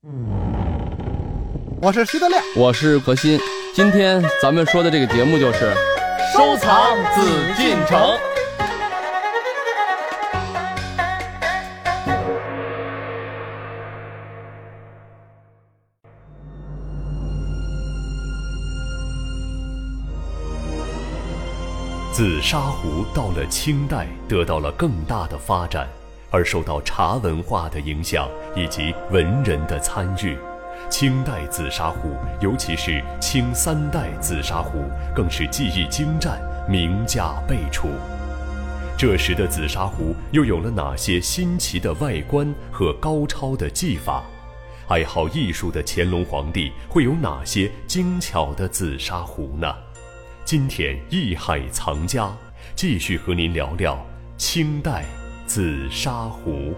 我是徐德亮， 我是何鑫。今天咱们说的这个节目就是收藏紫禁城。 紫砂壶到了清代得到了更大的发展，而受到茶文化的影响以及文人的参与，清代紫砂壶，尤其是清3代紫砂壶，更是技艺精湛，名家辈出。这时的紫砂壶又有了哪些新奇的外观和高超的技法？爱好艺术的乾隆皇帝会有哪些精巧的紫砂壶呢？今天艺海藏家继续和您聊聊清代紫砂壶。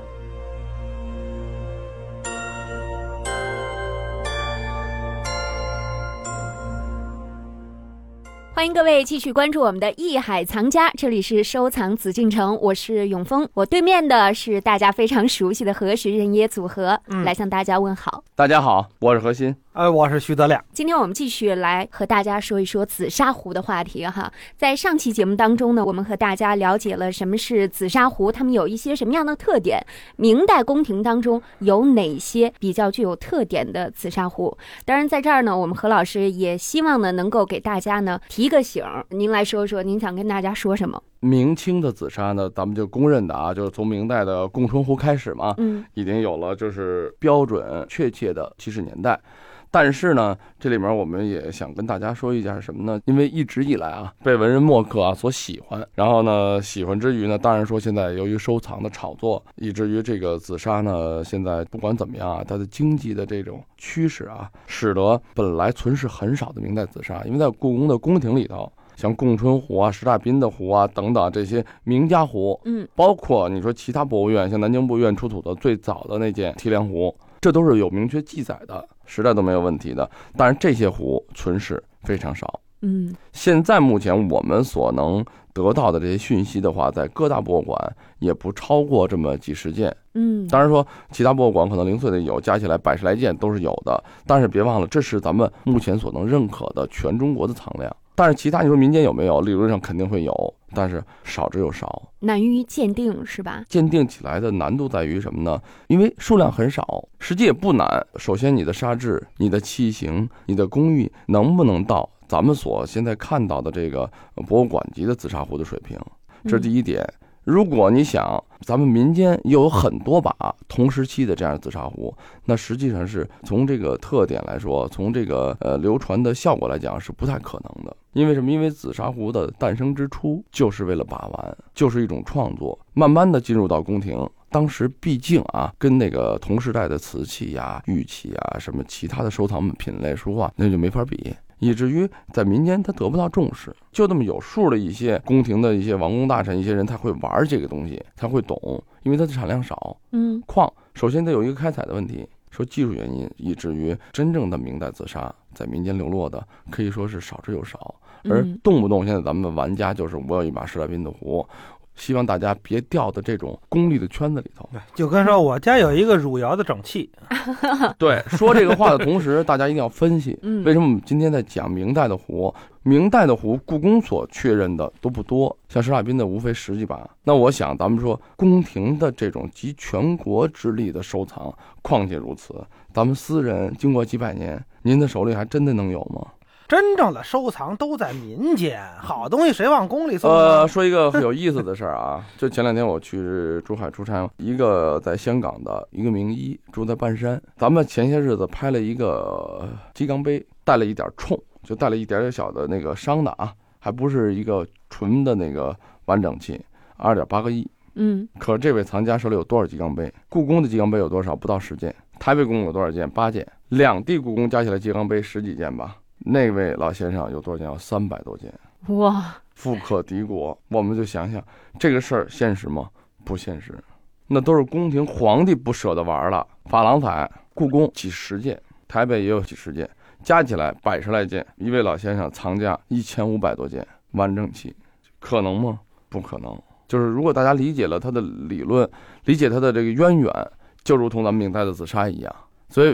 欢迎各位继续关注我们的艺海藏家，这里是收藏紫禁城，我是永峰，我对面的是大家非常熟悉的何时人也组合，来向大家问好。 大家好，我是何鑫。 我是徐德亮。 今天我们继续来和大家说一说紫砂壶的话题哈。在上期节目当中呢，我们和大家了解了什么是紫砂壶，它们有一些什么样的特点，明代宫廷当中有哪些比较具有特点的紫砂壶。当然在这儿呢，我们何老师也希望呢能够给大家呢提个醒，您来说说您想跟大家说什么。 明清的紫砂呢，咱们就公认的啊，就是从明代的供春壶开始嘛，已经有了就是标准确切的起始年代。但是呢，这里面我们也想跟大家说一下什么呢？因为一直以来啊，被文人墨客啊所喜欢，然后呢，喜欢之余呢，当然说现在由于收藏的炒作，以至于这个紫砂呢，现在不管怎么样啊，它的经济的这种趋势啊，使得本来存世很少的明代紫砂，因为在故宫的宫廷里头，像供春壶啊、石大彬的壶啊等等这些名家壶，包括你说其他博物院，像南京博物院出土的最早的那件提梁壶，这都是有明确记载的，时代都没有问题的。但是这些壶存世非常少。现在目前我们所能得到的这些讯息的话，在各大博物馆也不超过这么几十件。当然说其他博物馆可能零碎的有，加起来100来件都是有的。但是别忘了，这是咱们目前所能认可的全中国的藏量。但是其他你说民间有没有？理论上肯定会有，但是少之又少， 难于鉴定是吧？ 鉴定起来的难度在于什么呢？因为数量很少，实际也不难。首先你的砂质、你的器型、你的工艺能不能到咱们所现在看到的这个博物馆级的紫砂壶的水平，这是第一点。如果你想咱们民间又有很多把同时期的这样的紫砂壶，那实际上是从这个特点来说，从这个流传的效果来讲是不太可能的。因为什么？因为紫砂壶的诞生之初就是为了把玩，就是一种创作，慢慢的进入到宫廷。当时毕竟啊，跟那个同时代的瓷器呀、玉器啊、什么其他的收藏品类书画，那就没法比。以至于在民间它得不到重视，就这么有数的一些宫廷的一些王公大臣，一些人他会玩这个东西，他会懂，因为它的产量少。矿首先得有一个开采的问题，说技术原因，以至于真正的明代紫砂在民间流落的可以说是少之又少。而动不动现在咱们玩家就是我有一把石大彬的壶，希望大家别掉到这种功利的圈子里头。 就跟说我家有一个汝窑的整器。 对，说这个话的同时，大家一定要分析，为什么我们今天在讲明代的壶？明代的壶，故宫所确认的都不多，像石大彬的无非10几把。那我想咱们说宫廷的这种集全国之力的收藏，况且如此，咱们私人经过几百年，您的手里还真的能有吗？ 真正的收藏都在民间，好东西谁往宫里送？ 说一个有意思的事儿啊，就前2天我去珠海出差，一个在香港的一个名医住在半山，咱们前些日子拍了一个鸡缸杯，带了一点冲，就带了一点点小的那个伤的啊，还不是一个纯的那个完整器，2.8个亿。可这位藏家手里有多少鸡缸杯？故宫的鸡缸杯有多少？不到10件。台北故宫有多少件？8件。两地故宫加起来鸡缸杯10几件吧。那位老先生有多少件？有300多件。 哇， 富可敌国。我们就想想这个事儿现实吗？不现实。那都是宫廷皇帝不舍得玩了。珐琅彩，故宫几十件，台北也有几十件，加起来100来件。一位老先生藏家1500多件完整器，可能吗？不可能。就是如果大家理解了他的理论，理解他的这个渊源，就如同咱们明代的紫砂一样。所以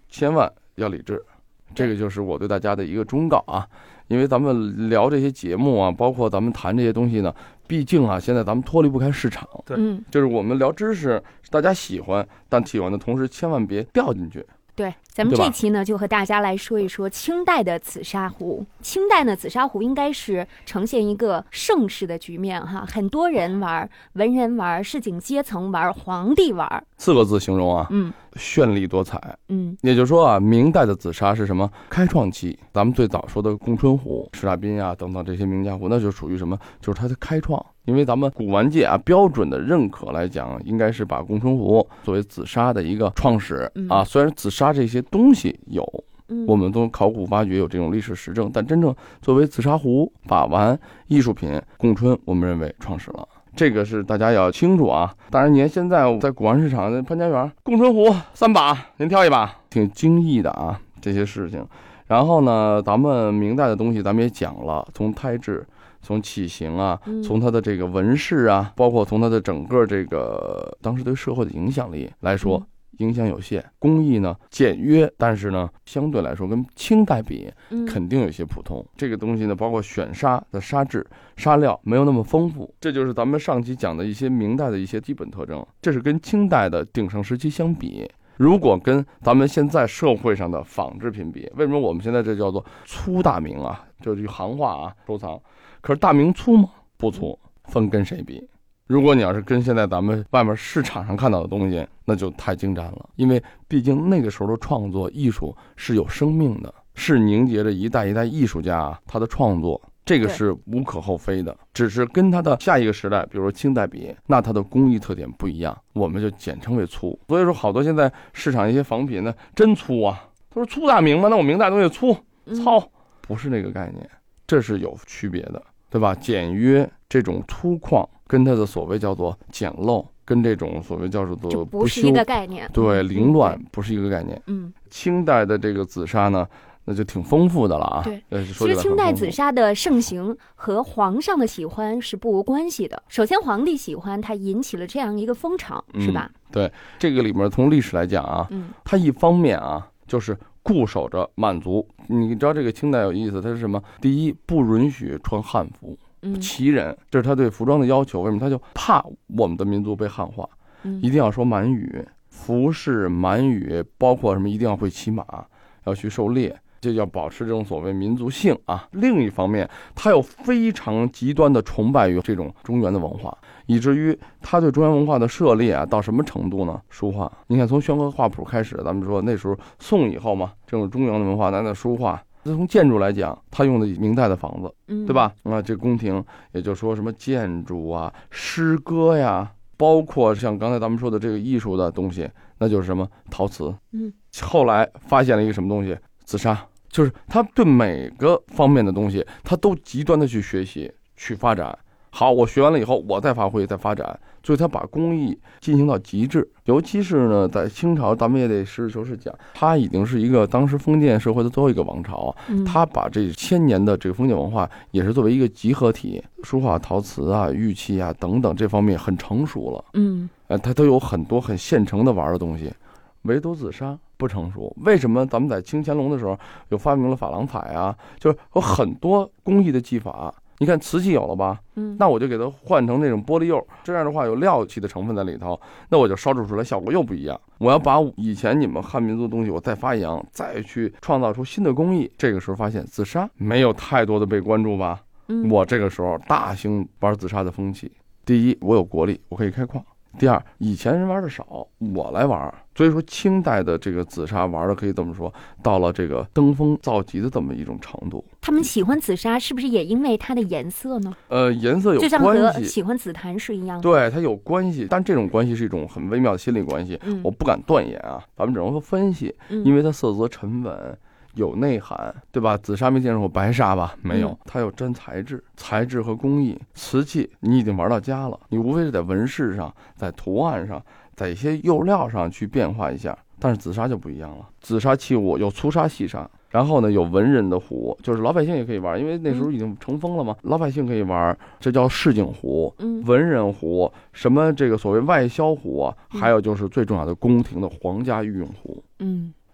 千万要理智，这个就是我对大家的一个忠告啊。因为咱们聊这些节目啊，包括咱们谈这些东西呢，毕竟啊，现在咱们脱离不开市场。 对， 就是我们聊知识，大家喜欢，但喜欢的同时千万别掉进去。 对，咱们这期呢就和大家来说一说清代的紫砂壶。清代呢，紫砂壶应该是呈现一个盛世的局面哈，很多人玩，文人玩，市井阶层玩，皇帝玩 ，4个字形容啊，绚丽多彩。也就是说啊，明代的紫砂是什么？开创期。咱们最早说的贡春壶、石大彬啊等等这些名家壶，那就属于什么？就是它的开创。因为咱们古玩界啊标准的认可来讲，应该是把贡春壶作为紫砂的一个创始啊。虽然紫砂这些东西有，我们都考古发掘有这种历史实证，但真正作为紫砂壶、把玩艺术品，贡春我们认为创始了。这个是大家要清楚啊。当然，您现在在古玩市场的潘家园，贡春壶3把，您挑1把，挺惊异的啊这些事情。然后呢，咱们明代的东西咱们也讲了，从胎制。从器型啊，从它的这个纹饰啊，包括从它的整个这个当时对社会的影响力来说，影响有限。工艺呢简约，但是呢相对来说跟清代比，肯定有些普通。这个东西呢，包括选砂的砂质、砂料没有那么丰富，这就是咱们上期讲的一些明代的一些基本特征。这是跟清代的鼎盛时期相比。如果跟咱们现在社会上的仿制品比，为什么我们现在这叫做粗大明啊？就是行话啊，收藏。可是大明粗吗？不粗，分跟谁比？如果你要是跟现在咱们外面市场上看到的东西，那就太精湛了。因为毕竟那个时候的创作艺术是有生命的，是凝结着一代一代艺术家他的创作，这个是无可厚非的。只是跟他的下一个时代，比如说清代比，那它的工艺特点不一样，我们就简称为粗。所以说好多现在市场一些仿品呢，真粗啊！他说粗大明吗？那我明代东西粗糙，不是那个概念。这是有区别的，对吧？简约这种粗犷，跟它的所谓叫做简陋，跟这种所谓叫做不是一个概念。 对，凌乱不是一个概念。清代的这个紫砂呢，那就挺丰富的了啊。 对，其实清代紫砂的盛行和皇上的喜欢是不无关系的。首先，皇帝喜欢它，引起了这样一个风潮，是吧？ 对，这个里面从历史来讲啊，它一方面啊，就是固守着满族。你知道这个清代有意思，它是什么？第一，不允许穿汉服，旗人，这是他对服装的要求。为什么？他就怕我们的民族被汉化，一定要说满语，服饰满语，包括什么？一定要会骑马，要去狩猎，这要保持这种所谓民族性啊。另一方面，他有非常极端的崇拜于这种中原的文化，以至于他对中原文化的涉猎啊，到什么程度呢？书画，你看从宣和画谱开始，咱们说那时候宋以后嘛，这种中原的文化，那书画。从建筑来讲，他用的明代的房子，对吧？这宫廷也就说什么建筑啊、诗歌呀，包括像刚才咱们说的这个艺术的东西，那就是什么陶瓷。后来发现了一个什么东西？紫砂，就是他对每个方面的东西，他都极端的去学习、去发展。好，我学完了以后，我再发挥、再发展，所以他把工艺进行到极致。尤其是呢，在清朝，咱们也得实事求是讲，它已经是一个当时封建社会的最后一个王朝，他把这1000年的这个封建文化也是作为一个集合体，书画、陶瓷啊、玉器啊等等这方面很成熟了。它都有很多很现成的玩的东西，唯独紫砂不成熟。为什么咱们在清乾隆的时候有发明了珐琅彩啊？就是有很多工艺的技法。你看瓷器有了吧？那我就给它换成那种玻璃釉，这样的话有料器的成分在里头，那我就烧制出来效果又不一样。我要把以前你们汉民族的东西我再发扬，再去创造出新的工艺。这个时候发现紫砂没有太多的被关注吧？我这个时候大兴玩紫砂的风气。第一，我有国力，我可以开矿。第二，以前人玩的少，我来玩。所以说清代的这个紫砂玩的可以这么说，到了这个登峰造极的这么一种程度。 他们喜欢紫砂是不是也因为它的颜色呢？ 颜色有关系， 就像和喜欢紫檀是一样的。 对，它有关系，但这种关系是一种很微妙的心理关系，我不敢断言啊，咱们只能说分析，因为它色泽沉稳。有内涵，对吧？紫砂没见过白砂吧？没有，它有真材质和工艺。瓷器你已经玩到家了，你无非是在纹饰上、在图案上、在一些釉料上去变化一下。但是紫砂就不一样了，紫砂器物有粗砂、细砂，然后呢有文人的壶，就是老百姓也可以玩，因为那时候已经成风了嘛，老百姓可以玩，这叫市井壶、文人壶，什么这个所谓外销壶啊，还有就是最重要的宫廷的皇家御用壶。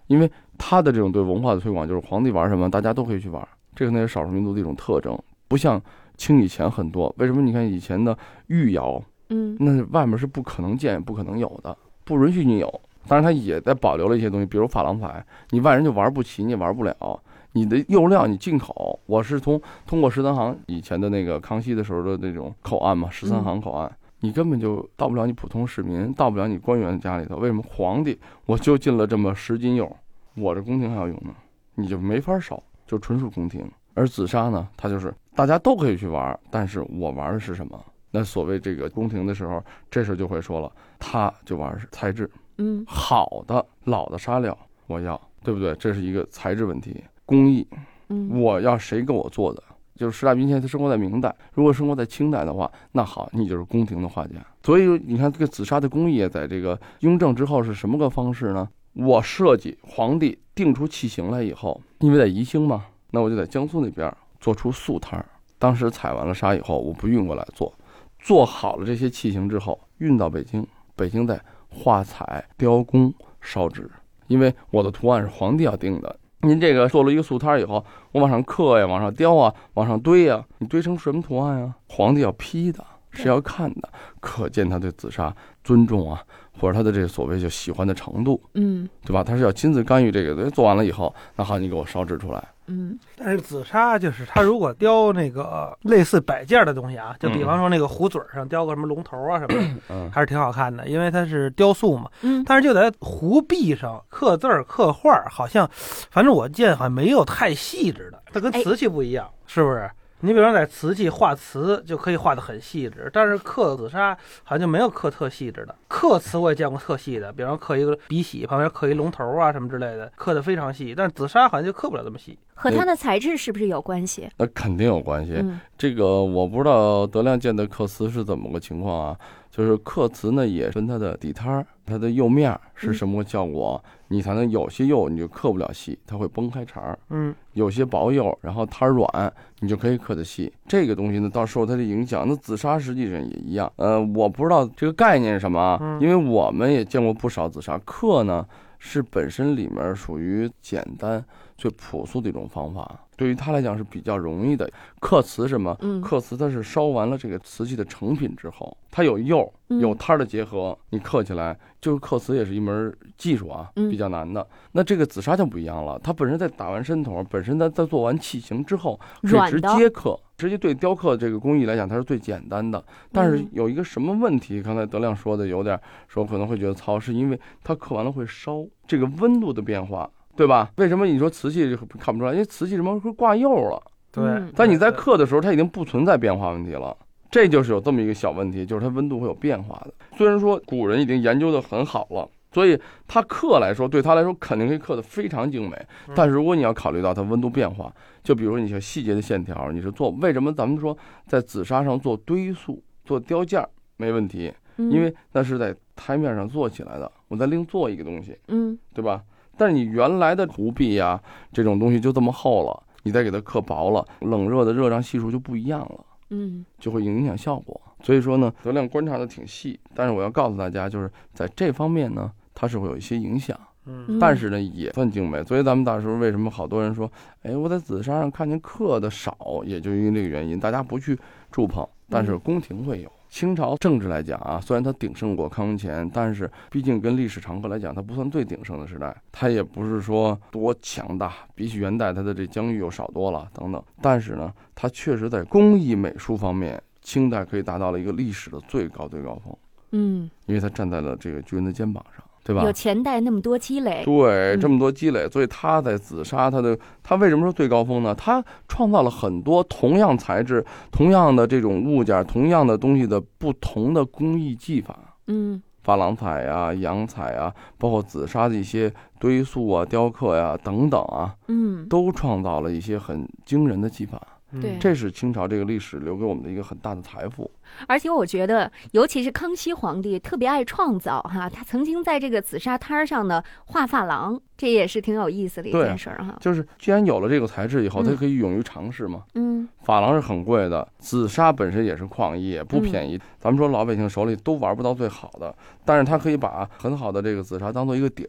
因为他的这种对文化的推广，就是皇帝玩什么，大家都可以去玩，这个那是少数民族的一种特征，不像清以前很多。为什么？你看以前的御窑，那外面是不可能建、不可能有的，不允许你有。当然，它也在保留了一些东西，比如珐琅彩，你外人就玩不起，你也玩不了。你的釉料你进口，我是通过13行以前的那个康熙的时候的那种口岸嘛，13行口岸，你根本就到不了你普通市民，到不了你官员家里头。为什么皇帝我就进了这么10斤釉，我这宫廷还要用呢？你就没法少，就纯属宫廷。而紫砂呢，它就是大家都可以去玩，但是我玩的是什么？那所谓这个宫廷的时候，这时候就会说了，他就玩的是材质，好的老的砂料我要，对不对？这是一个材质问题。工艺，我要谁给我做的？就是十大名县，他生活在明代，如果生活在清代的话，那好，你就是宫廷的画家。所以你看这个紫砂的工艺也在这个雍正之后是什么个方式呢？我设计皇帝定出器型来以后，因为在宜兴嘛，那我就在江苏那边做出素摊儿。当时采完了砂以后，我不运过来做好了这些器型之后，运到北京，北京再画彩、雕工、烧制。因为我的图案是皇帝要定的，您这个做了一个素摊以后，我往上刻呀，往上雕啊，往上堆呀，你堆成什么图案呀？皇帝要批的，是要看的，可见他对紫砂尊重啊，或者他的这个所谓就喜欢的程度，对吧？他是要亲自干预这个，做完了以后，那好，你给我烧制出来。 但是紫砂就是它如果雕那个类似摆件的东西啊，就比方说那个壶嘴上雕个什么龙头啊什么的，还是挺好看的，因为它是雕塑嘛。但是就在壶壁上刻字刻画，好像反正我见好像没有太细致的，它跟瓷器不一样，是不是？你比方在瓷器画瓷就可以画得很细致，但是刻紫砂好像就没有刻特细致的。刻瓷我也见过特细的，比方刻一个笔洗旁边刻一龙头啊什么之类的，刻得非常细，但是紫砂好像就刻不了这么细。 和它的材质是不是有关系？ 那肯定有关系。这个我不知道德亮见的刻瓷是怎么个情况啊？就是刻瓷呢也分它的底摊，它的釉面是什么效果，你才能有些釉你就刻不了细，它会崩开茬。有些薄釉，然后摊软，你就可以刻得细。这个东西呢，到受它的影响。那紫砂实际上也一样。我不知道这个概念是什么啊，因为我们也见过不少紫砂刻呢，是本身里面属于简单、最朴素的一种方法。对于他来讲是比较容易的。刻瓷什么？刻瓷它是烧完了这个瓷器的成品之后，它有釉有摊的结合，你刻起来就是刻瓷也是一门技术啊，比较难的。那这个紫砂就不一样了，它本身在打完身头，本身在做完器型之后可以直接刻。直接对雕刻这个工艺来讲，它是最简单的。但是有一个什么问题？刚才德亮说的有点说可能会觉得糙，是因为它刻完了会烧，这个温度的变化。对吧？为什么你说瓷器看不出来？因为瓷器什么会挂釉了， 对。 但你在刻的时候，它已经不存在变化问题了，这就是有这么一个小问题，就是它温度会有变化的。虽然说古人已经研究得很好了，所以他刻来说，对他来说肯定可以刻得非常精美。但是如果你要考虑到它温度变化，就比如说你像细节的线条，你是做为什么咱们说在紫砂上做堆塑、做雕件没问题，因为那是在台面上做起来的，我再另做一个东西，对吧？但是你原来的壶壁呀，这种东西就这么厚了，你再给它刻薄了，冷热的热胀系数就不一样了，就会影响效果。所以说呢，德亮观察的挺细，但是我要告诉大家，就是在这方面呢，它是会有一些影响，但是呢也算精美。所以咱们大时候为什么好多人说，哎，我在紫砂上看见刻的少，也就因为这个原因，大家不去触碰，但是宫廷会有。清朝政治来讲啊，虽然它鼎盛过康乾，但是毕竟跟历史长河来讲，它不算最鼎盛的时代，它也不是说多强大，比起元代它的这疆域又少多了等等。但是呢，它确实在工艺美术方面，清代可以达到了一个历史的最高峰。因为它站在了这个巨人的肩膀上，对吧？ 有前代那么多积累， 对，这么多积累，所以他在紫砂，他为什么说最高峰呢？他创造了很多同样材质、同样的这种物件、同样的东西的不同的工艺技法。珐琅彩啊、洋彩啊，包括紫砂的一些堆塑啊、雕刻呀、等等啊，都创造了一些很惊人的技法。 对， 这是清朝这个历史留给我们的一个很大的财富。 而且我觉得，尤其是康熙皇帝特别爱创造哈，他曾经在这个紫砂摊上呢画珐琅，这也是挺有意思的一件事哈。 就是既然有了这个材质以后，它可以勇于尝试嘛。珐琅是很贵的，紫砂本身也是矿艺，也不便宜。咱们说老百姓手里都玩不到最好的，但是他可以把很好的这个紫砂当做一个底儿。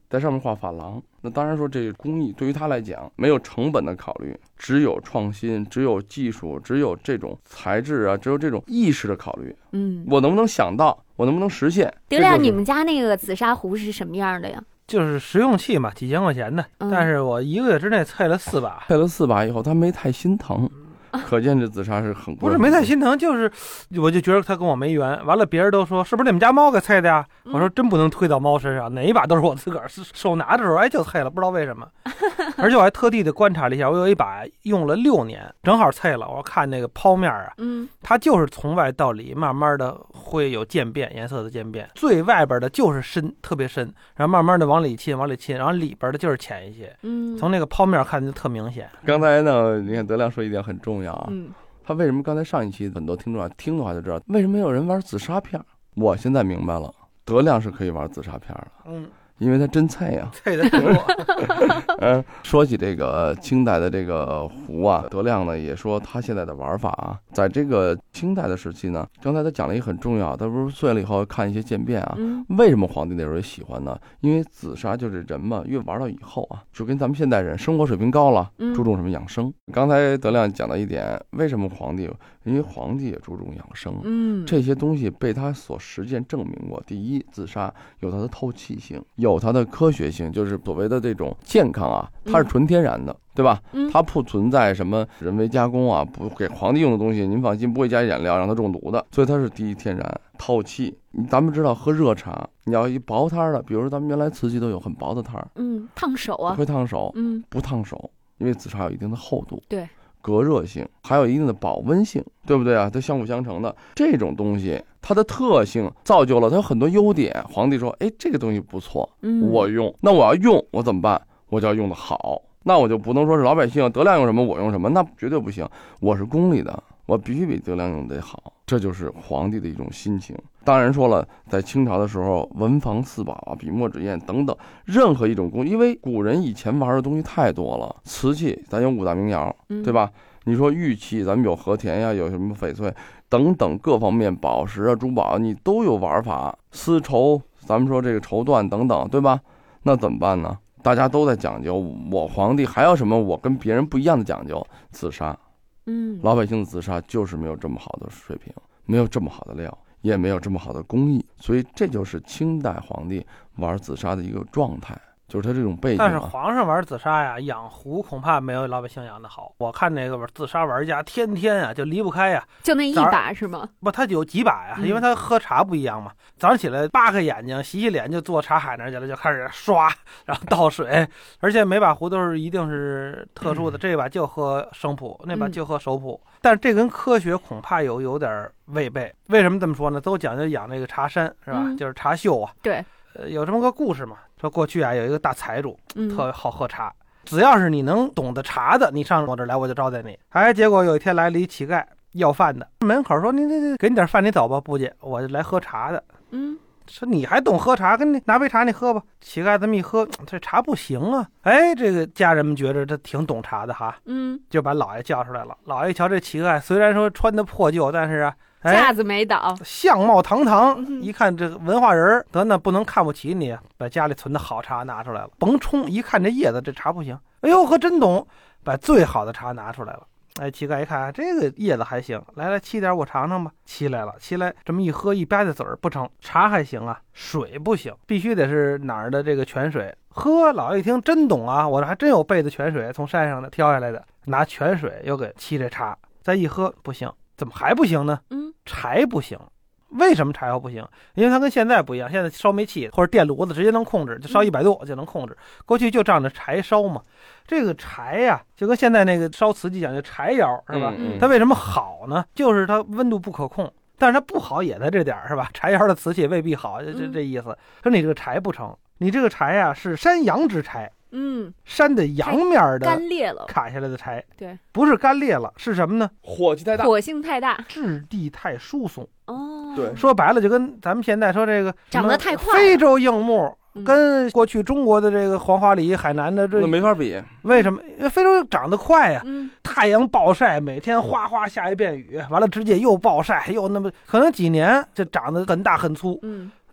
在上面画珐琅。那当然说这个工艺对于他来讲没有成本的考虑，只有创新，只有技术，只有这种材质啊，只有这种意识的考虑。我能不能想到，我能不能实现？ 德亮，你们家那个紫砂壶是什么样的呀？ 就是实用器嘛，几千块钱的，但是我1个月之内菜了4把， 菜了4把以后，他没太心疼。可见这紫砂是很贵， 不是没太心疼，就是我就觉得他跟我没缘。完了，别人都说是不是你们家猫给菜的呀？我说真不能推到猫身上，哪一把都是我自个儿手拿的时候，就菜了，不知道为什么。而且我还特地的观察了一下，我有一把用了6年，正好菜了。我看那个剖面啊，它就是从外到里慢慢的会有渐变，颜色的渐变。最外边的就是深，特别深，然后慢慢的往里沁，然后里边的就是浅一些。从那个剖面看就特明显。 刚才呢，你看德亮说一点很重要啊，他为什么刚才上一期很多听众啊听的话就知道为什么有人玩紫砂片？我现在明白了，德亮是可以玩紫砂片的，因为他真菜呀， 菜的多。 说起这个清代的这个壶啊，德亮呢也说他现在的玩法啊，在这个清代的时期呢，刚才他讲了一个很重要，他不是碎了以后看一些渐变啊，为什么皇帝那时候也喜欢呢？因为紫砂就是人嘛，越玩到以后啊，就跟咱们现代人生活水平高了，注重什么养生。刚才德亮讲到一点，为什么皇帝？因为皇帝也注重养生，这些东西被他所实践证明过。第一，紫砂有它的透气性，有它的科学性，就是所谓的这种健康啊，它是纯天然的，对吧？它不存在什么人为加工啊，不给皇帝用的东西，您放心，不会加染料让它中毒的。所以它是第一天然透气。咱们知道喝热茶，你要一薄摊的，比如说咱们原来瓷器都有很薄的摊， 烫手啊， 会烫手，不烫手，因为紫砂有一定的厚度， 对。 隔热性，还有一定的保温性，对不对啊？它相辅相成的。这种东西，它的特性造就了它有很多优点。皇帝说：“哎，这个东西不错，我用。那我要用，我怎么办？我就要用得好。那我就不能说是老百姓德亮用什么我用什么，那绝对不行。我是宫里的，我必须比德亮用得好。这就是皇帝的一种心情。当然说了，在清朝的时候，文房四宝啊，笔墨纸砚等等，任何一种工，因为古人以前玩的东西太多了。瓷器咱有5大名窑，对吧？你说玉器，咱们有和田呀，有什么翡翠等等各方面宝石啊、珠宝，你都有玩法。丝绸，咱们说这个绸缎等等，对吧？那怎么办呢？大家都在讲究。我皇帝还有什么我跟别人不一样的讲究？紫砂。老百姓的紫砂就是没有这么好的水平，没有这么好的料，也没有这么好的工艺，所以这就是清代皇帝玩紫砂的一个状态，就是他这种背景。 但是皇上玩紫砂呀，养壶恐怕没有老百姓养的好。我看那个紫砂玩家天天啊就离不开呀， 就那一把是吗？ 不，他有几把呀，因为他喝茶不一样嘛。早上起来扒开眼睛洗洗脸就坐茶海那去了，就开始刷，然后倒水，而且每把壶都是一定是特殊的，这把就喝生普，那把就喝熟普。但是这跟科学恐怕有点违背。为什么这么说呢？都讲究养那个茶山是吧？就是茶秀啊。 对。 有这么个故事嘛，说过去啊有一个大财主，特好喝茶，只要是你能懂得茶的，你上我这来我就招待你。结果有一天来了一乞丐要饭的，门口说你给你点饭你走吧，不介，我就来喝茶的。说你还懂喝茶，跟你拿杯茶你喝吧。乞丐这么一喝，这茶不行啊。这个家人们觉得他挺懂茶的哈，就把老爷叫出来了。老爷一瞧这乞丐，虽然说穿的破旧，但是啊架子没倒， 相貌堂堂，一看这个文化人得那不能看不起你，把家里存的好茶拿出来了，甭冲，一看这叶子这茶不行，哎呦，可真懂，把最好的茶拿出来了。乞丐一看这个叶子还行，来沏点我尝尝吧。沏来了，沏来这么一喝，一吧唧嘴不成，茶还行啊，水不行，必须得是哪儿的这个泉水。呵，老爷一听真懂啊，我这还真有备的泉水，从山上的挑下来的，拿泉水又给沏这茶，再一喝不行，怎么还不行呢？柴不行。为什么柴油不行？因为它跟现在不一样，现在烧煤气或者电炉子直接能控制，就烧100度就能控制。过去就仗着柴烧嘛。这个柴呀，就跟现在那个烧瓷器讲究柴窑是吧？它为什么好呢？就是它温度不可控，但是它不好也在这点是吧？柴窑的瓷器未必好，这意思。说你这个柴不成，你这个柴呀是山羊之柴。山的阳面的干裂了， 砍下来的柴， 对， 不是干裂了，是什么呢？ 火气太大， 火性太大， 质地太疏松。 对， 说白了就跟咱们现在说这个长得太快， 非洲硬木跟过去中国的这个黄花梨、海南的这没法比。 为什么？因为非洲长得快呀，太阳暴晒，每天哗哗下一遍雨，完了直接又暴晒，又那么可能几年就长得很大很粗。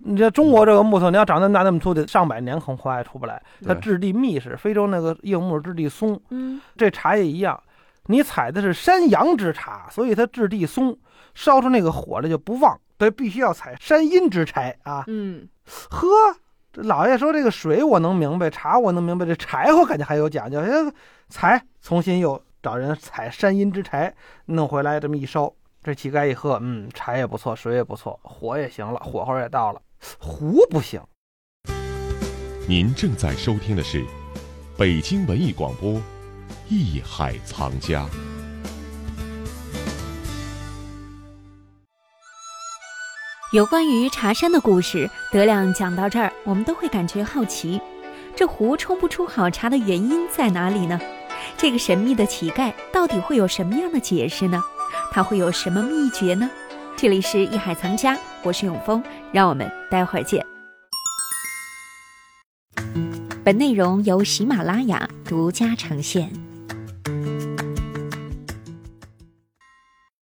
你这中国这个木头，你要长那么大那么粗，得上百年恐怕也出不来。它质地密实，非洲那个硬木质地松。这茶也一样，你采的是山阳之茶，所以它质地松，烧出那个火来就不旺。对，必须要采山阴之柴啊。呵，这老爷说这个水我能明白，茶我能明白，这柴火感觉还有讲究。采重新又找人采山阴之柴，弄回来这么一烧。这乞丐一喝，茶也不错，水也不错，火也行了，火候也到了，壶不行。 您正在收听的是北京文艺广播《艺海藏家》。 有关于茶山的故事，德亮讲到这儿，我们都会感觉好奇，这壶冲不出好茶的原因在哪里呢？这个神秘的乞丐到底会有什么样的解释呢？他会有什么秘诀呢？这里是艺海藏家，我是永峰，让我们待会儿见。本内容由喜马拉雅独家呈现。